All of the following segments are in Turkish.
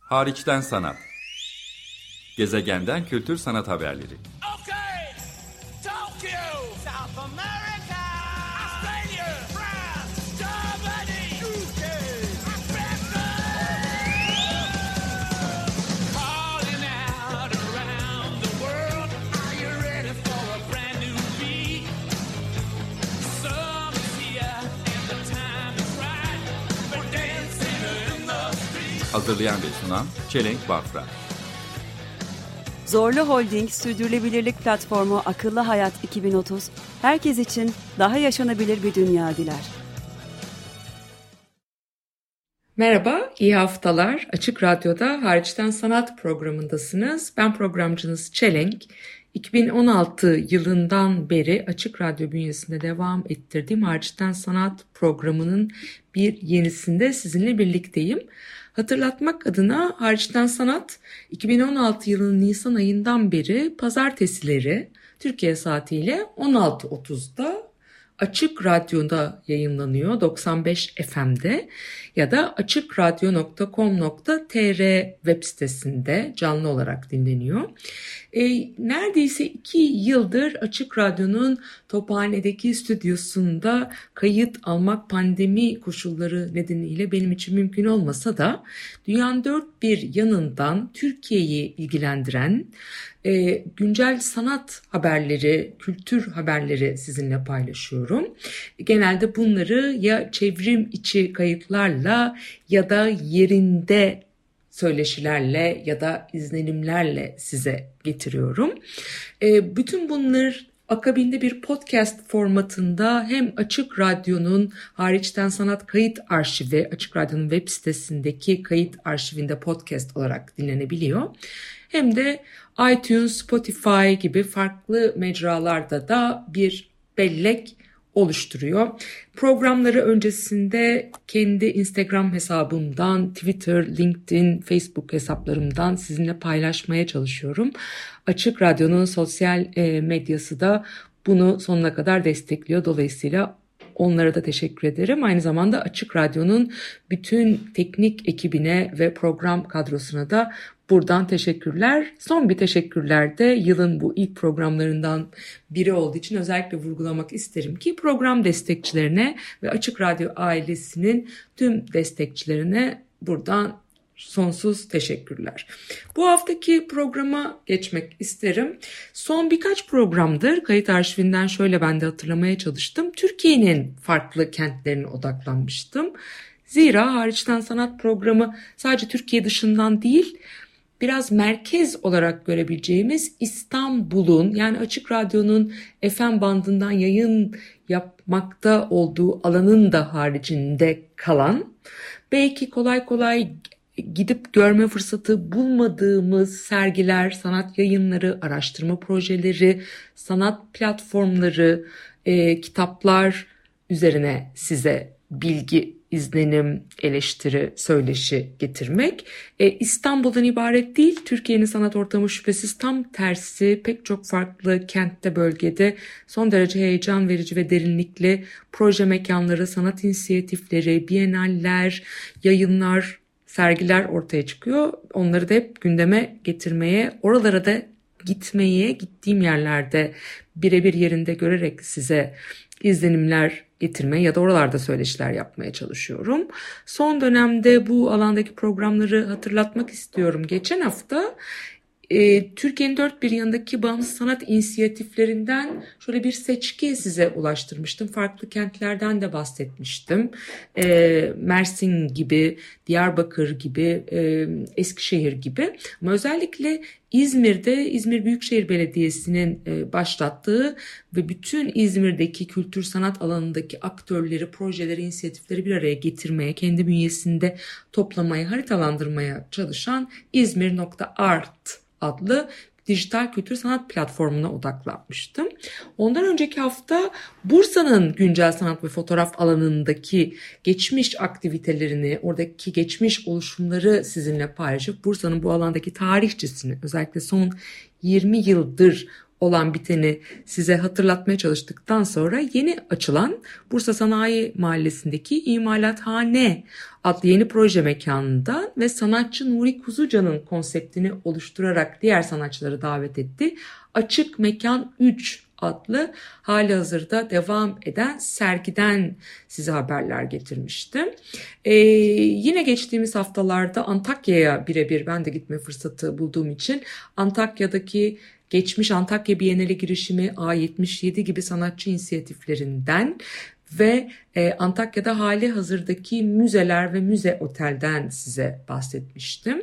Hariçten sanat. Gezegenden kültür sanat haberleri. Okay, Tokyo, South America, Australia, France, Germany, UK, Africa. Calling out around the world. Are you ready for a brand new beat? Summer's here and the time is right. We're dancing in the street. Hazırlayan ve sunan Çelenk Bafra. Zorlu Holding Sürdürülebilirlik Platformu Akıllı Hayat 2030, herkes için daha yaşanabilir bir dünya diler. Merhaba, iyi haftalar. Açık Radyo'da Hariçten Sanat programındasınız. Ben programcınız Çelenk. 2016 yılından beri Açık Radyo bünyesinde devam ettirdiğim Hariçten Sanat programının bir yenisinde sizinle birlikteyim. Hatırlatmak adına Hariçten Sanat 2016 yılının Nisan ayından beri pazartesileri Türkiye saatiyle 16.30'da Açık Radyo'da yayınlanıyor, 95 FM'de ya da açıkradyo.com.tr web sitesinde canlı olarak dinleniyor. Neredeyse 2 yıldır Açık Radyo'nun Tophane'deki stüdyosunda kayıt almak pandemi koşulları nedeniyle benim için mümkün olmasa da dünyanın dört bir yanından Türkiye'yi ilgilendiren güncel sanat haberleri, kültür haberleri sizinle paylaşıyorum. Genelde bunları ya çevrim içi kayıtlarla ya da yerinde söyleşilerle ya da izlenimlerle size getiriyorum. Bütün bunlar akabinde bir podcast formatında hem Açık Radyo'nun Hariçten Sanat kayıt arşivi, Açık Radyo'nun web sitesindeki kayıt arşivinde podcast olarak dinlenebiliyor. Hem de iTunes, Spotify gibi farklı mecralarda da bir bellek oluşturuyor. Programları öncesinde kendi Instagram hesabımdan, Twitter, LinkedIn, Facebook hesaplarımdan sizinle paylaşmaya çalışıyorum. Açık Radyo'nun sosyal medyası da bunu sonuna kadar destekliyor. Dolayısıyla onlara da teşekkür ederim. Aynı zamanda Açık Radyo'nun bütün teknik ekibine ve program kadrosuna da buradan teşekkürler. Son bir teşekkürler de yılın bu ilk programlarından biri olduğu için özellikle vurgulamak isterim ki program destekçilerine ve Açık Radyo ailesinin tüm destekçilerine buradan sonsuz teşekkürler. Bu haftaki programa geçmek isterim. Son birkaç programdır kayıt arşivinden şöyle ben de hatırlamaya çalıştım. Türkiye'nin farklı kentlerine odaklanmıştım. Zira Hariçten Sanat programı sadece Türkiye dışından değil, biraz merkez olarak görebileceğimiz İstanbul'un, yani Açık Radyo'nun FM bandından yayın yapmakta olduğu alanın da haricinde kalan, belki kolay kolay gidip görme fırsatı bulmadığımız sergiler, sanat yayınları, araştırma projeleri, sanat platformları, kitaplar üzerine size bilgi, izlenim, eleştiri, söyleşi getirmek. İstanbul'dan ibaret değil, Türkiye'nin sanat ortamı şüphesiz tam tersi pek çok farklı kentte, bölgede son derece heyecan verici ve derinlikli proje mekanları, sanat inisiyatifleri, biyenaller, yayınlar, sergiler ortaya çıkıyor. Onları da hep gündeme getirmeye, oralara da gitmeye, gittiğim yerlerde birebir yerinde görerek size izlenimler getirmeye ya da oralarda söyleşiler yapmaya çalışıyorum. Son dönemde bu alandaki programları hatırlatmak istiyorum. Geçen hafta Türkiye'nin dört bir yanındaki bağımsız sanat inisiyatiflerinden şöyle bir seçki size ulaştırmıştım. Farklı kentlerden de bahsetmiştim. Mersin gibi, Diyarbakır gibi, Eskişehir gibi. Ama özellikle İzmir'de İzmir Büyükşehir Belediyesi'nin başlattığı ve bütün İzmir'deki kültür sanat alanındaki aktörleri, projeleri, inisiyatifleri bir araya getirmeye, kendi bünyesinde toplamaya, haritalandırmaya çalışan İzmir.art adlı dijital kültür sanat platformuna odaklanmıştım. Ondan önceki hafta Bursa'nın güncel sanat ve fotoğraf alanındaki geçmiş aktivitelerini, oradaki geçmiş oluşumları sizinle paylaşıp Bursa'nın bu alandaki tarihçesini, özellikle son 20 yıldır olan biteni size hatırlatmaya çalıştıktan sonra yeni açılan Bursa Sanayi Mahallesi'ndeki İmalathane adlı yeni proje mekanında ve sanatçı Nuri Kuzuca'nın konseptini oluşturarak diğer sanatçıları davet etti. Açık Mekan 3 adlı halihazırda devam eden sergiden size haberler getirmiştim. Yine geçtiğimiz haftalarda Antakya'ya birebir ben de gitme fırsatı bulduğum için Antakya'daki geçmiş Antakya Bienali girişimi A77 gibi sanatçı inisiyatiflerinden ve Antakya'da hali hazırdaki müzeler ve müze otelden size bahsetmiştim.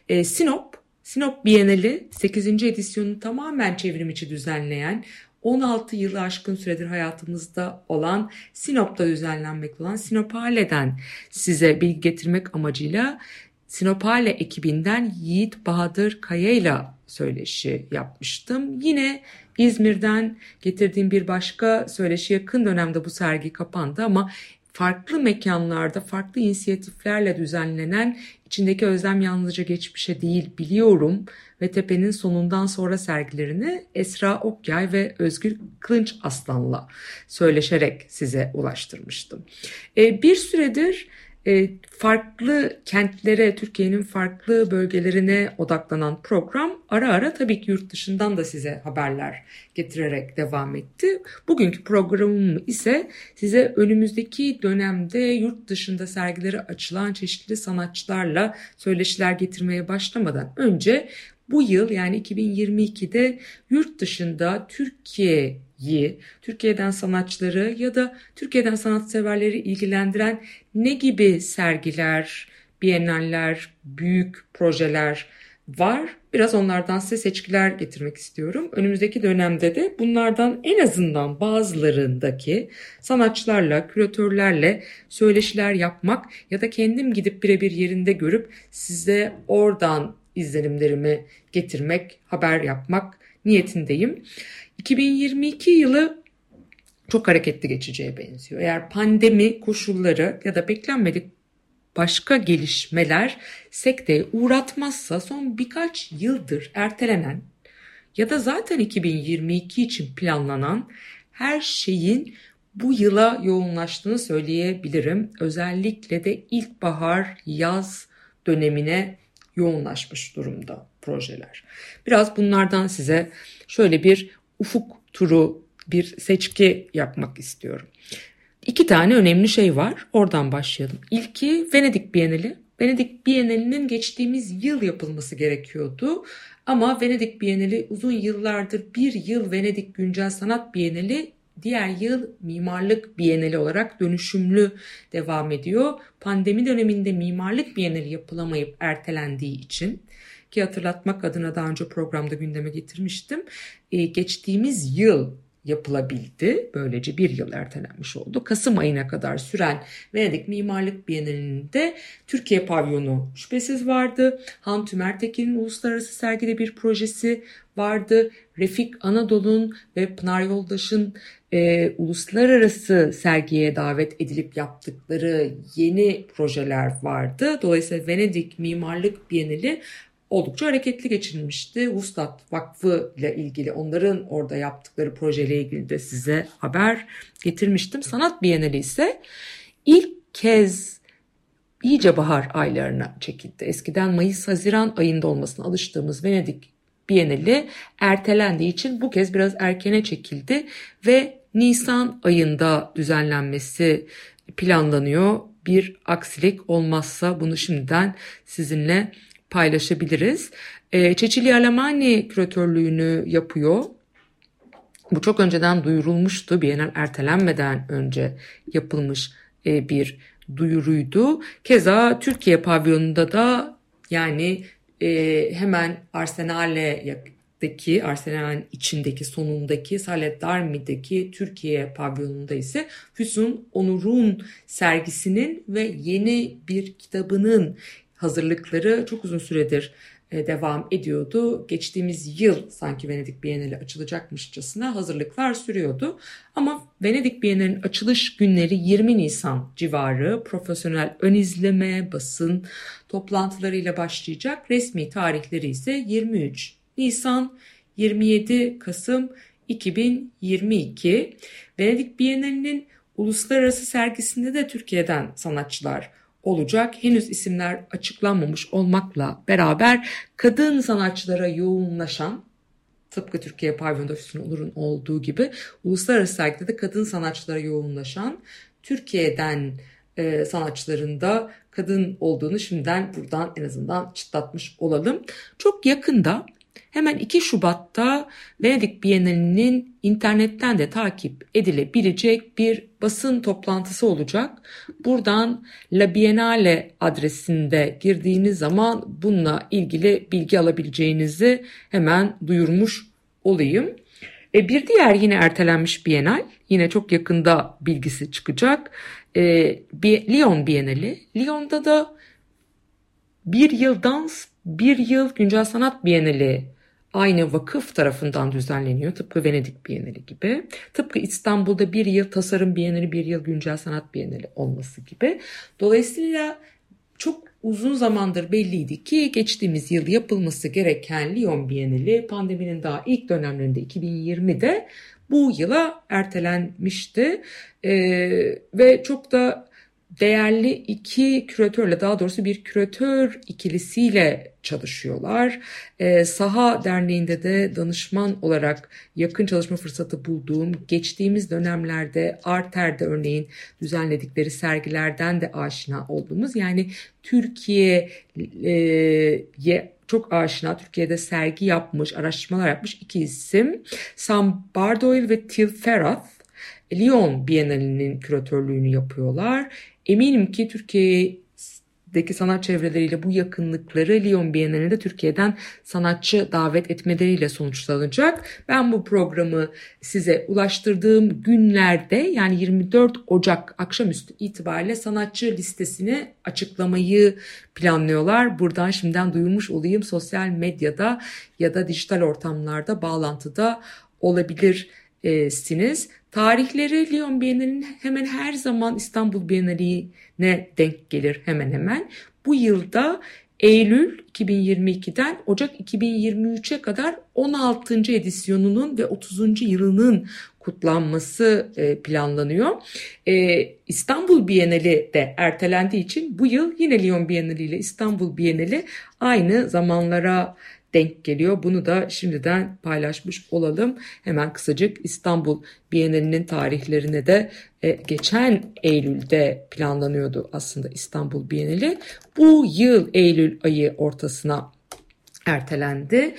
Sinop Bienali 8. edisyonu tamamen çevrim içi düzenleyen 16 yılı aşkın süredir hayatımızda olan Sinop'ta düzenlenmekte olan Sinopale'den size bilgi getirmek amacıyla Sinopale ekibinden Yiğit Bahadır Kaya ile söyleşi yapmıştım. Yine İzmir'den getirdiğim bir başka söyleşi yakın dönemde bu sergi kapandı ama farklı mekanlarda, farklı inisiyatiflerle düzenlenen içindeki özlem yalnızca geçmişe değil biliyorum ve Tepe'nin sonundan sonra sergilerini Esra Okyay ve Özgür Kılınç Aslan'la söyleşerek size ulaştırmıştım. Bir süredir farklı kentlere, Türkiye'nin farklı bölgelerine odaklanan program ara ara tabii ki yurt dışından da size haberler getirerek devam etti. Bugünkü programım ise size önümüzdeki dönemde yurt dışında sergileri açılan çeşitli sanatçılarla söyleşiler getirmeye başlamadan önce bu yıl yani 2022'de yurt dışında Türkiye'den sanatçıları ya da Türkiye'den sanatseverleri ilgilendiren ne gibi sergiler, biennaller, büyük projeler var? Biraz onlardan size seçkiler getirmek istiyorum. Önümüzdeki dönemde de bunlardan en azından bazılarındaki sanatçılarla, küratörlerle söyleşiler yapmak ya da kendim gidip birebir yerinde görüp size oradan izlenimlerimi getirmek, haber yapmak niyetindeyim. 2022 yılı çok hareketli geçeceğe benziyor. Eğer pandemi koşulları ya da beklenmedik başka gelişmeler sekteye uğratmazsa son birkaç yıldır ertelenen ya da zaten 2022 için planlanan her şeyin bu yıla yoğunlaştığını söyleyebilirim. Özellikle de ilkbahar, yaz dönemine yoğunlaşmış durumda projeler. Biraz bunlardan size şöyle bir ufuk turu, bir seçki yapmak istiyorum. 2 tane önemli şey var. Oradan başlayalım. İlki Venedik Bienali. Venedik Bienali'nin geçtiğimiz yıl yapılması gerekiyordu. Ama Venedik Bienali uzun yıllardır bir yıl Venedik Güncel Sanat Bienali, diğer yıl Mimarlık Bienali olarak dönüşümlü devam ediyor. Pandemi döneminde Mimarlık Bienali yapılamayıp ertelendiği için, ki hatırlatmak adına daha önce programda gündeme getirmiştim, geçtiğimiz yıl yapılabildi. Böylece bir yıl ertelenmiş oldu. Kasım ayına kadar süren Venedik Mimarlık Bienalinde Türkiye pavyonu şüphesiz vardı. Han Tümertekin'in uluslararası sergide bir projesi vardı. Refik Anadolu'nun ve Pınar Yoldaş'ın uluslararası sergiye davet edilip yaptıkları yeni projeler vardı. Dolayısıyla Venedik Mimarlık Bienali oldukça hareketli geçirilmişti. Vuslat Vakfı ile ilgili, onların orada yaptıkları projeyle ilgili de size haber getirmiştim. Sanat Bienali ise ilk kez iyice bahar aylarına çekildi. Eskiden Mayıs-Haziran ayında olmasına alıştığımız Venedik Bienali ertelendiği için bu kez biraz erkene çekildi ve Nisan ayında düzenlenmesi planlanıyor. Bir aksilik olmazsa bunu şimdiden sizinle paylaşabiliriz. Cecilia Alemany küratörlüğünü yapıyor. Bu çok önceden duyurulmuştu. Bienal ertelenmeden önce yapılmış bir duyuruydu. Keza Türkiye pavyonunda da yani hemen Arsenal'in içindeki sonundaki Salet Darmi'deki Türkiye pavyonunda ise Füsun Onur'un sergisinin ve yeni bir kitabının hazırlıkları çok uzun süredir devam ediyordu. Geçtiğimiz yıl sanki Venedik Bienali açılacakmışçasına hazırlıklar sürüyordu. Ama Venedik Bienali'nin açılış günleri 20 Nisan civarı, profesyonel ön izleme, basın toplantılarıyla başlayacak. Resmi tarihleri ise 23 Nisan, 27 Kasım 2022. Venedik Bienali'nin uluslararası sergisinde de Türkiye'den sanatçılar olacak. Henüz isimler açıklanmamış olmakla beraber kadın sanatçılara yoğunlaşan, tıpkı Türkiye Pavyon'da Füsun Olur'un olduğu gibi uluslararası sergide de kadın sanatçılara yoğunlaşan Türkiye'den sanatçıların da kadın olduğunu şimdiden buradan en azından çıtlatmış olalım. Çok yakında, hemen 2 Şubat'ta Venedik Bienali'nin internetten de takip edilebilecek bir basın toplantısı olacak. Buradan La Biennale adresinde girdiğiniz zaman bununla ilgili bilgi alabileceğinizi hemen duyurmuş olayım. Bir diğer yine ertelenmiş Bienal, yine çok yakında bilgisi çıkacak. Lyon Bienali. Lyon'da da bir yıl dans, bir yıl güncel sanat Bienali aynı vakıf tarafından düzenleniyor. Tıpkı Venedik Bienali gibi. Tıpkı İstanbul'da bir yıl tasarım Bienali, bir yıl güncel sanat Bienali olması gibi. Dolayısıyla çok uzun zamandır belliydi ki geçtiğimiz yıl yapılması gereken Lyon Bienali pandeminin daha ilk dönemlerinde 2020'de bu yıla ertelenmişti. Ve çok da değerli 2 küratörle, daha doğrusu bir küratör ikilisiyle çalışıyorlar. Saha Derneği'nde de danışman olarak yakın çalışma fırsatı bulduğum, geçtiğimiz dönemlerde Arter'de örneğin düzenledikleri sergilerden de aşina olduğumuz, yani Türkiye'ye çok aşina, Türkiye'de sergi yapmış, araştırmalar yapmış 2 isim, Sam Bardoil ve Til Ferrath, Lyon Bienali'nin küratörlüğünü yapıyorlar. Eminim ki Türkiye'deki sanat çevreleriyle bu yakınlıkları Lyon Bienali'nde Türkiye'den sanatçı davet etmeleriyle sonuçlanacak. Ben bu programı size ulaştırdığım günlerde, yani 24 Ocak akşamüstü itibariyle sanatçı listesini açıklamayı planlıyorlar. Buradan şimdiden duyurmuş olayım, sosyal medyada ya da dijital ortamlarda bağlantıda olabilirsiniz. Tarihleri Lyon Bienali'nin hemen her zaman İstanbul Bienali'ne denk gelir hemen hemen. Bu yılda Eylül 2022'den Ocak 2023'e kadar 16. edisyonunun ve 30. yılının kutlanması planlanıyor. İstanbul Bienali de ertelendiği için bu yıl yine Lyon Bienali ile İstanbul Bienali aynı zamanlara denk geliyor. Bunu da şimdiden paylaşmış olalım. Hemen kısacık İstanbul Bienali'nin tarihlerine de geçen Eylül'de planlanıyordu aslında İstanbul Bienali. Bu yıl Eylül ayı ortasına ertelendi.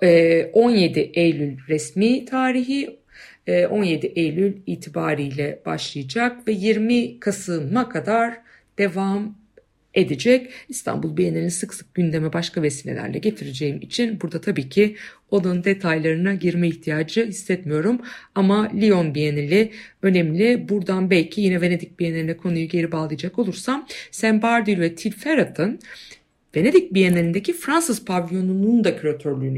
17 Eylül resmi tarihi, 17 Eylül itibariyle başlayacak ve 20 Kasım'a kadar devam edecek. İstanbul Bienali'ni sık sık gündeme başka vesilelerle getireceğim için burada tabii ki onun detaylarına girme ihtiyacı hissetmiyorum. Ama Lyon Bienali önemli. Buradan belki yine Venedik Bienali'ne konuyu geri bağlayacak olursam, Sam Bardoil ve Til Ferrath'ın Venedik Bienali'ndeki Fransız pavyonunun da küratörlüğünü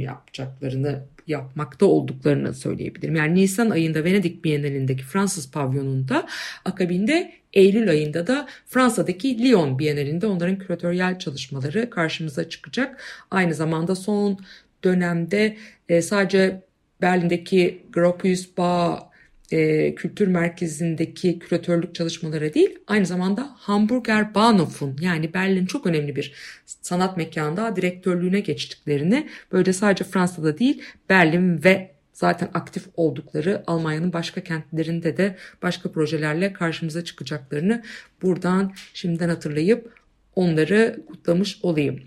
yapmakta olduklarını söyleyebilirim. Yani Nisan ayında Venedik Bienali'ndeki Fransız pavyonunda, akabinde Eylül ayında da Fransa'daki Lyon Bienali'nde onların küratöryel çalışmaları karşımıza çıkacak. Aynı zamanda son dönemde sadece Berlin'deki Gropius Bağ Kültür Merkezi'ndeki küratörlük çalışmaları değil, aynı zamanda Hamburger Bahnhof'un, yani Berlin çok önemli bir sanat mekanında direktörlüğüne geçtiklerini, böyle sadece Fransa'da değil Berlin ve zaten aktif oldukları Almanya'nın başka kentlerinde de başka projelerle karşımıza çıkacaklarını buradan şimdiden hatırlayıp onları kutlamış olayım.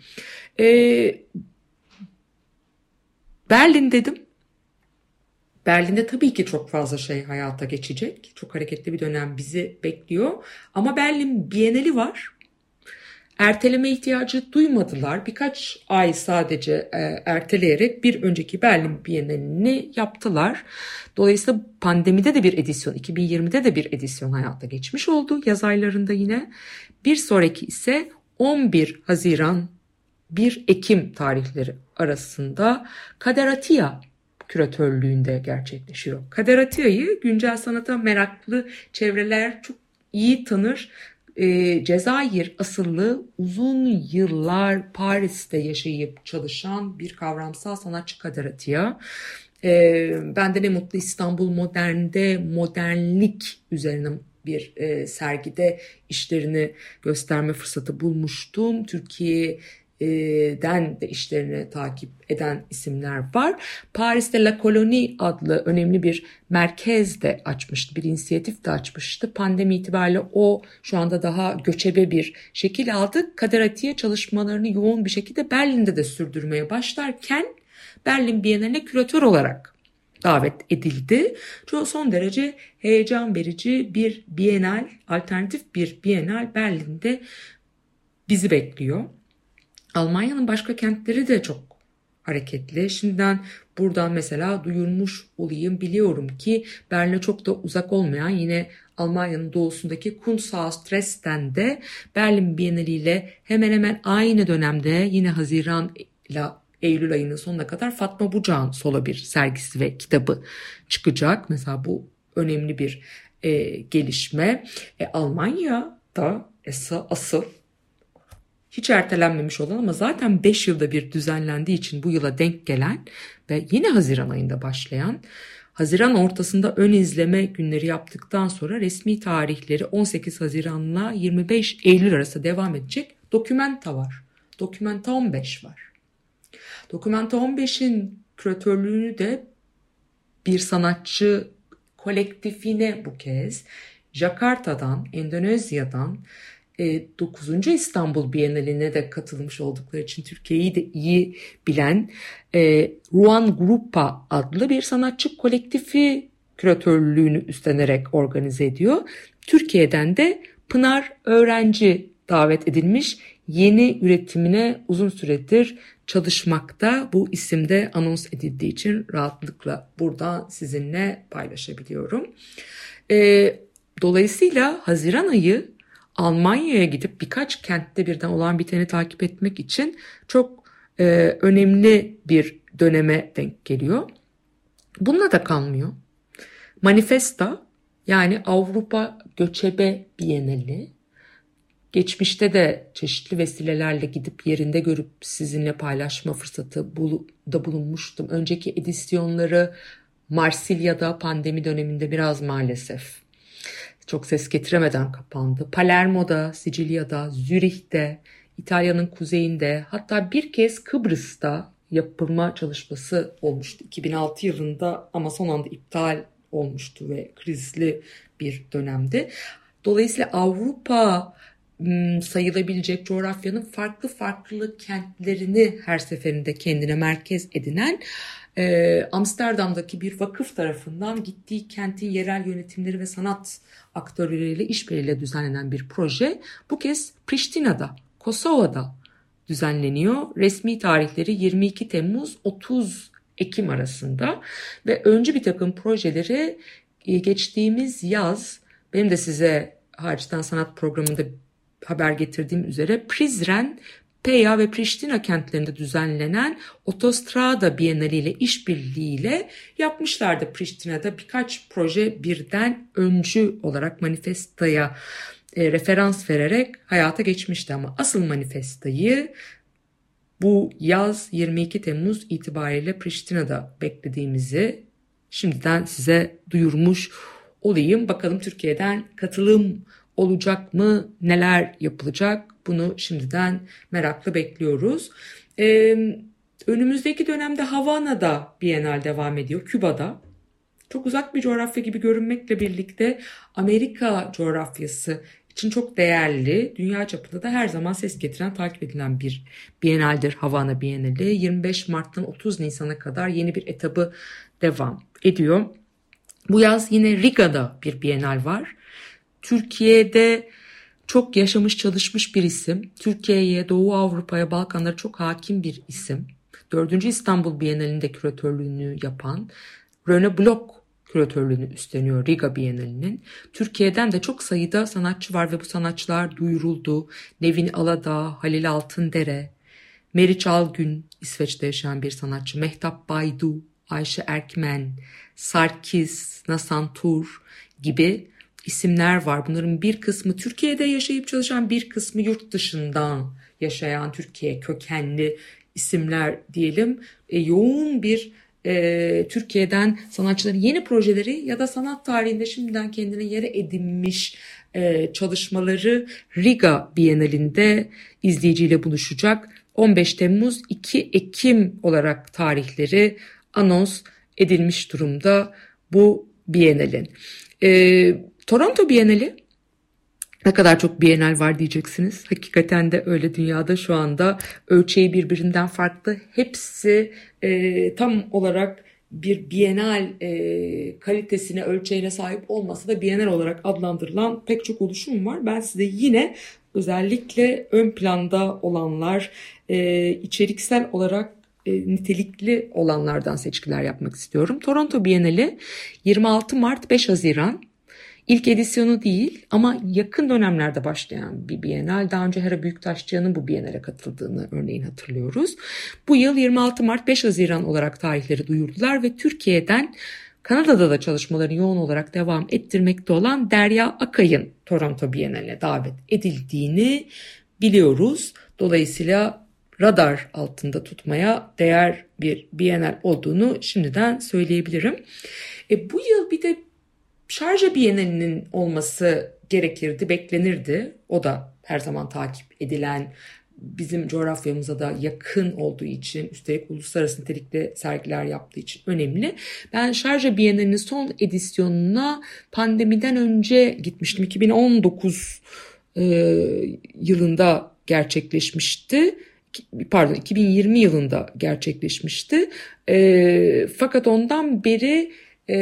Berlin dedim. Berlin'de tabii ki çok fazla şey hayata geçecek. Çok hareketli bir dönem bizi bekliyor. Ama Berlin Bienali var. Erteleme ihtiyacı duymadılar. Birkaç ay sadece erteleyerek bir önceki Berlin Bienalini yaptılar. Dolayısıyla pandemide de bir edisyon, 2020'de de bir edisyon hayata geçmiş oldu yaz aylarında yine. Bir sonraki ise 11 Haziran 1 Ekim tarihleri arasında Kaderatia küratörlüğünde gerçekleşiyor. Kaderatia'yı güncel sanata meraklı çevreler çok iyi tanır. Cezayir asıllı, uzun yıllar Paris'te yaşayıp çalışan bir kavramsal sanatçı Kaderatia. Ben de ne mutlu İstanbul Modern'de modernlik üzerine bir sergide işlerini gösterme fırsatı bulmuştum. Türkiye'den de işlerini takip eden isimler var. Paris'te La Colonie adlı önemli bir merkez de açmıştı, bir inisiyatif de açmıştı. Pandemi itibariyle o şu anda daha göçebe bir şekil aldı. Kader Atiye çalışmalarını yoğun bir şekilde Berlin'de de sürdürmeye başlarken Berlin Bienali'ne küratör olarak davet edildi. Çok son derece heyecan verici bir bienal, alternatif bir bienal Berlin'de bizi bekliyor. Almanya'nın başka kentleri de çok hareketli. Şimdiden buradan mesela duyurmuş olayım. Biliyorum ki Berlin'e çok da uzak olmayan yine Almanya'nın doğusundaki Kunsthaus Dresden'de Berlin Bienali ile hemen hemen aynı dönemde yine Haziran ile Eylül ayının sonuna kadar Fatma Bucak'ın solo bir sergisi ve kitabı çıkacak. Mesela bu önemli bir gelişme. Almanya'da asıl hiç ertelenmemiş olan ama zaten 5 yılda bir düzenlendiği için bu yıla denk gelen ve yine Haziran ayında başlayan, Haziran ortasında ön izleme günleri yaptıktan sonra resmi tarihleri 18 Haziran'la 25 Eylül arası devam edecek Documenta var. Documenta 15 var. Documenta 15'in küratörlüğünü de bir sanatçı kolektifine bu kez Jakarta'dan, Endonezya'dan 9. İstanbul Bienali'ne de katılmış oldukları için Türkiye'yi de iyi bilen Ruan Grupa adlı bir sanatçı kolektifi küratörlüğünü üstlenerek organize ediyor. Türkiye'den de Pınar Öğrenci davet edilmiş, yeni üretimine uzun süredir çalışmakta. Bu isimde anons edildiği için rahatlıkla buradan sizinle paylaşabiliyorum. Dolayısıyla Haziran ayı Almanya'ya gidip birkaç kentte birden olan biteni takip etmek için çok önemli bir döneme denk geliyor. Bununla da kalmıyor. Manifesta, yani Avrupa Göçebe Bienali, geçmişte de çeşitli vesilelerle gidip yerinde görüp sizinle paylaşma fırsatı da bulunmuştum. Önceki edisyonları Marsilya'da pandemi döneminde biraz maalesef çok ses getiremeden kapandı. Palermo'da, Sicilya'da, Zürih'te, İtalya'nın kuzeyinde, hatta bir kez Kıbrıs'ta yapılma çalışması olmuştu 2006 yılında ama son anda iptal olmuştu ve krizli bir dönemdi. Dolayısıyla Avrupa sayılabilecek coğrafyanın farklı kentlerini her seferinde kendine merkez edinen Amsterdam'daki bir vakıf tarafından gittiği kentin yerel yönetimleri ve sanat aktörleriyle işbirliğiyle düzenlenen bir proje. Bu kez Priştina'da, Kosova'da düzenleniyor. Resmi tarihleri 22 Temmuz 30 Ekim arasında ve öncü bir takım projeleri geçtiğimiz yaz benim de size Hariçten Sanat programında haber getirdiğim üzere Prizren, Peja ve Priştina kentlerinde düzenlenen Otostrada Bienali ile işbirliğiyle yapmışlardı. Priştina'da birkaç proje birden öncü olarak manifestaya referans vererek hayata geçmişti ama asıl manifestayı bu yaz 22 Temmuz itibariyle Priştina'da beklediğimizi şimdiden size duyurmuş olayım. Bakalım Türkiye'den katılım olacak mı? Neler yapılacak? Bunu şimdiden merakla bekliyoruz. Önümüzdeki dönemde Havana'da Bienal devam ediyor. Küba'da. Çok uzak bir coğrafya gibi görünmekle birlikte Amerika coğrafyası için çok değerli, dünya çapında da her zaman ses getiren, takip edilen bir Bienaldir Havana Bienali. 25 Mart'tan 30 Nisan'a kadar yeni bir etabı devam ediyor. Bu yaz yine Riga'da bir Bienal var. Türkiye'de çok yaşamış çalışmış bir isim. Türkiye'ye, Doğu Avrupa'ya, Balkanlara çok hakim bir isim. 4. İstanbul Bienali'nde küratörlüğünü yapan Rene Bloch küratörlüğünü üstleniyor Riga Bienali'nin. Türkiye'den de çok sayıda sanatçı var ve bu sanatçılar duyuruldu. Nevin Aladağ, Halil Altındere, Meriç Algün, İsveç'te yaşayan bir sanatçı, Mehtap Baydu, Ayşe Erkmen, Sarkis, Nasantur gibi isimler var. Bunların bir kısmı Türkiye'de yaşayıp çalışan, bir kısmı yurt dışından yaşayan Türkiye kökenli isimler diyelim. Yoğun bir Türkiye'den sanatçıların yeni projeleri ya da sanat tarihinde şimdiden kendine yere edinmiş çalışmaları Riga Bienalinde izleyiciyle buluşacak. 15 Temmuz 2 Ekim olarak tarihleri anons edilmiş durumda bu Bienalin. Toronto Bienali, ne kadar çok Bienal var diyeceksiniz. Hakikaten de öyle, dünyada şu anda ölçeği birbirinden farklı. Hepsi tam olarak bir Bienal kalitesine, ölçeğine sahip olmasa da Bienal olarak adlandırılan pek çok oluşum var. Ben size yine özellikle ön planda olanlar, içeriksel olarak nitelikli olanlardan seçkiler yapmak istiyorum. Toronto Bienali 26 Mart 5 Haziran. İlk edisyonu değil ama yakın dönemlerde başlayan bir Bienal. Daha önce Hera Büyüktaşçıyan'ın bu Bienal'e katıldığını örneğin hatırlıyoruz. Bu yıl 26 Mart 5 Haziran olarak tarihleri duyurdular ve Türkiye'den Kanada'da da çalışmalarını yoğun olarak devam ettirmekte olan Derya Akay'ın Toronto Bienal'e davet edildiğini biliyoruz. Dolayısıyla radar altında tutmaya değer bir Bienal olduğunu şimdiden söyleyebilirim. Bu yıl bir de Şarja Bienalinin olması gerekirdi, beklenirdi. O da her zaman takip edilen, bizim coğrafyamıza da yakın olduğu için, üstelik uluslararası nitelikli sergiler yaptığı için önemli. Ben Şarja Bienalinin son edisyonuna pandemiden önce gitmiştim. 2019 yılında gerçekleşmişti. 2020 yılında gerçekleşmişti. Fakat ondan beri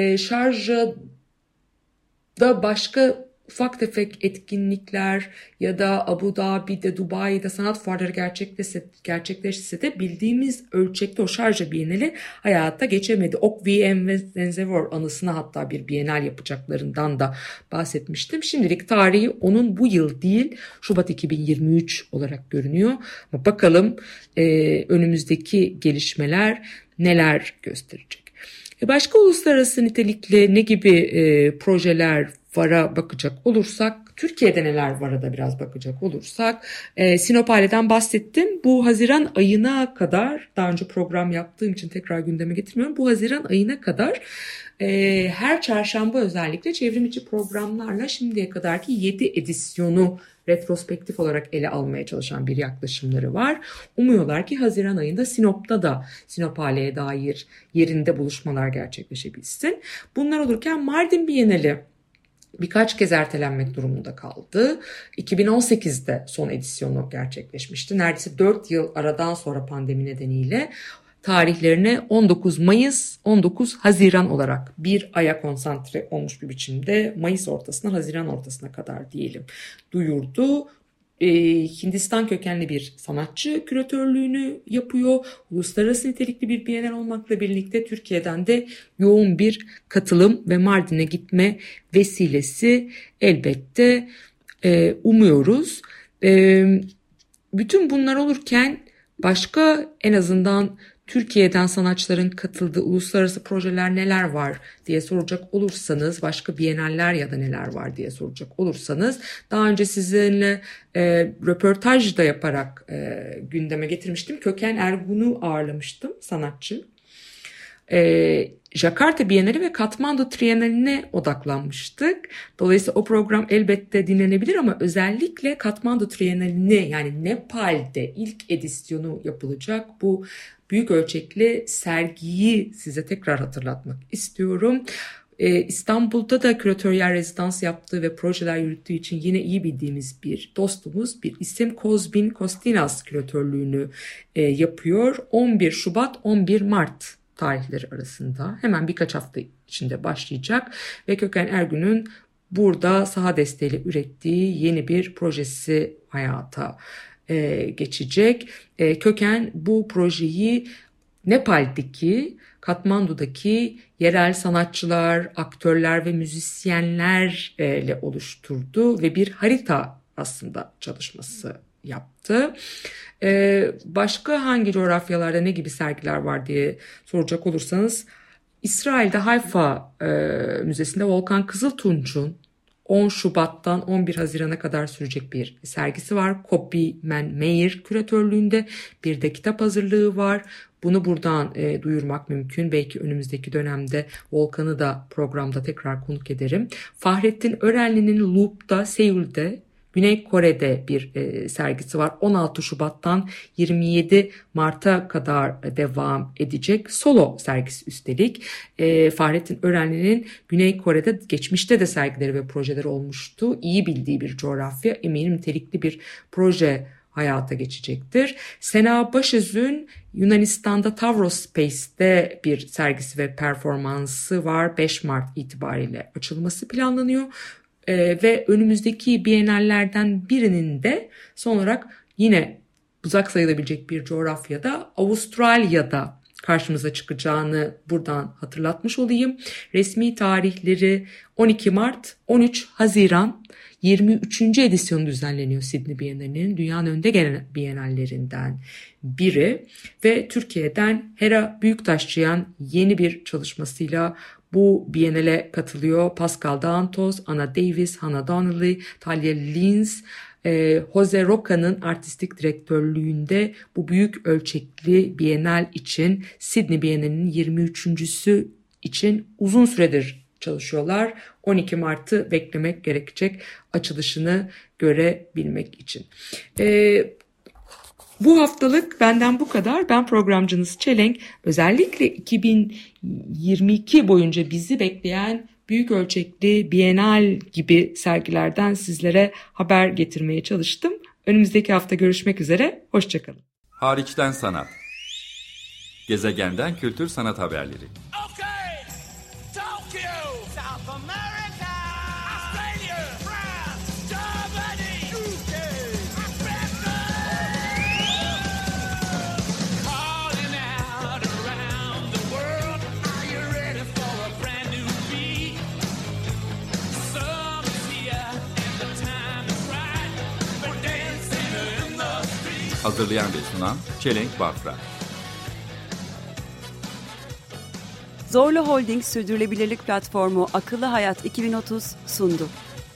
Şarja'da başka ufak tefek etkinlikler ya da Abu Dhabi'de, Dubai'de sanat fuarları gerçekleşse de bildiğimiz ölçekte o Şarja Bienali hayata geçemedi. Okviem ve Zenzevor anısına hatta bir Bienal yapacaklarından da bahsetmiştim. Şimdilik tarihi onun bu yıl değil, Şubat 2023 olarak görünüyor. Ama bakalım önümüzdeki gelişmeler neler gösterecek. Başka uluslararası nitelikli ne gibi projeler vara bakacak olursak, Türkiye'de neler vara da biraz bakacak olursak, Sinopale'den bahsettim. Bu Haziran ayına kadar, daha önce program yaptığım için tekrar gündeme getirmiyorum. Bu Haziran ayına kadar her çarşamba özellikle çevrim içi programlarla şimdiye kadarki 7 edisyonu retrospektif olarak ele almaya çalışan bir yaklaşımları var. Umuyorlar ki Haziran ayında Sinop'ta da Sinopale'ye dair yerinde buluşmalar gerçekleşebilsin. Bunlar olurken Mardin Bienali birkaç kez ertelenmek durumunda kaldı. 2018'de son edisyonu gerçekleşmişti. Neredeyse 4 yıl aradan sonra pandemi nedeniyle tarihlerine 19 Mayıs, 19 Haziran olarak bir aya konsantre olmuş bir biçimde Mayıs ortasına, Haziran ortasına kadar diyelim duyurdu. Hindistan kökenli bir sanatçı küratörlüğünü yapıyor. Uluslararası nitelikli bir Bienal olmakla birlikte Türkiye'den de yoğun bir katılım ve Mardin'e gitme vesilesi elbette umuyoruz. Bütün bunlar olurken başka, en azından Türkiye'den sanatçıların katıldığı uluslararası projeler neler var diye soracak olursanız, başka biyenaller ya da neler var diye soracak olursanız, daha önce sizinle röportaj da yaparak gündeme getirmiştim. Köken Ergun'u ağırlamıştım, sanatçı. Jakarta Bienali ve Katmandu Triennaline odaklanmıştık. Dolayısıyla o program elbette dinlenebilir ama özellikle Katmandu Triennaline, yani Nepal'de ilk edisyonu yapılacak bu büyük ölçekli sergiyi size tekrar hatırlatmak istiyorum. İstanbul'da da küratöryel rezidans yaptığı ve projeler yürüttüğü için yine iyi bildiğimiz bir dostumuz, bir isim, Kozbin Kostinas küratörlüğünü yapıyor. 11 Şubat 11 Mart tarihleri arasında hemen birkaç hafta içinde başlayacak ve Köken Ergün'ün burada saha desteğiyle ürettiği yeni bir projesi hayata geçecek. Köken bu projeyi Nepal'deki, Katmandu'daki yerel sanatçılar, aktörler ve müzisyenlerle oluşturdu ve bir harita aslında çalışması yaptı. Başka hangi coğrafyalarda ne gibi sergiler var diye soracak olursanız, İsrail'de Hayfa Müzesi'nde Volkan Kızıltunç'un 10 Şubat'tan 11 Haziran'a kadar sürecek bir sergisi var. Copy Man Meyer küratörlüğünde bir de kitap hazırlığı var. Bunu buradan duyurmak mümkün. Belki önümüzdeki dönemde Volkan'ı da programda tekrar konuk ederim. Fahrettin Örenli'nin Loop'ta, Seul'de, Güney Kore'de bir sergisi var. 16 Şubat'tan 27 Mart'a kadar devam edecek. Solo sergisi üstelik. Fahrettin Örenli'nin Güney Kore'de geçmişte de sergileri ve projeleri olmuştu. İyi bildiği bir coğrafya. Eminim nitelikli bir proje hayata geçecektir. Sena Başöz'ün Yunanistan'da Tavros Space'te bir sergisi ve performansı var. 5 Mart itibariyle açılması planlanıyor. Ve önümüzdeki bienallerden birinin de son olarak yine uzak sayılabilecek bir coğrafyada Avustralya'da karşımıza çıkacağını buradan hatırlatmış olayım. Resmi tarihleri 12 Mart, 13 Haziran 23. edisyonu düzenleniyor Sydney Bienalinin. Dünyanın önde gelen bienallerinden biri ve Türkiye'den Hera Büyüktaşçıyan yeni bir çalışmasıyla bu bienale katılıyor. Pascal Dantos, Anna Davis, Hannah Donnelly, Talia Linz, Jose Roca'nın artistik direktörlüğünde bu büyük ölçekli bienal için Sydney Bienalinin 23.'sü için uzun süredir çalışıyorlar. 12 Mart'ı beklemek gerekecek açılışını görebilmek için. Bu haftalık benden bu kadar. Ben programcınız Çelenk. Özellikle 2022 boyunca bizi bekleyen büyük ölçekli bienal gibi sergilerden sizlere haber getirmeye çalıştım. Önümüzdeki hafta görüşmek üzere. Hoşçakalın. Hariçten sanat. Gezegenden kültür sanat haberleri. Okay, Tokyo, South America, Australia, France, Germany, UK, Africa. Calling out around the world, are you ready for a brand new beat? Summer's here and the time is right. We're dancing in the street. Hazırlayan ve sunan Çelenk Bafra. Zorlu Holding Sürdürülebilirlik Platformu Akıllı Hayat 2030 sundu.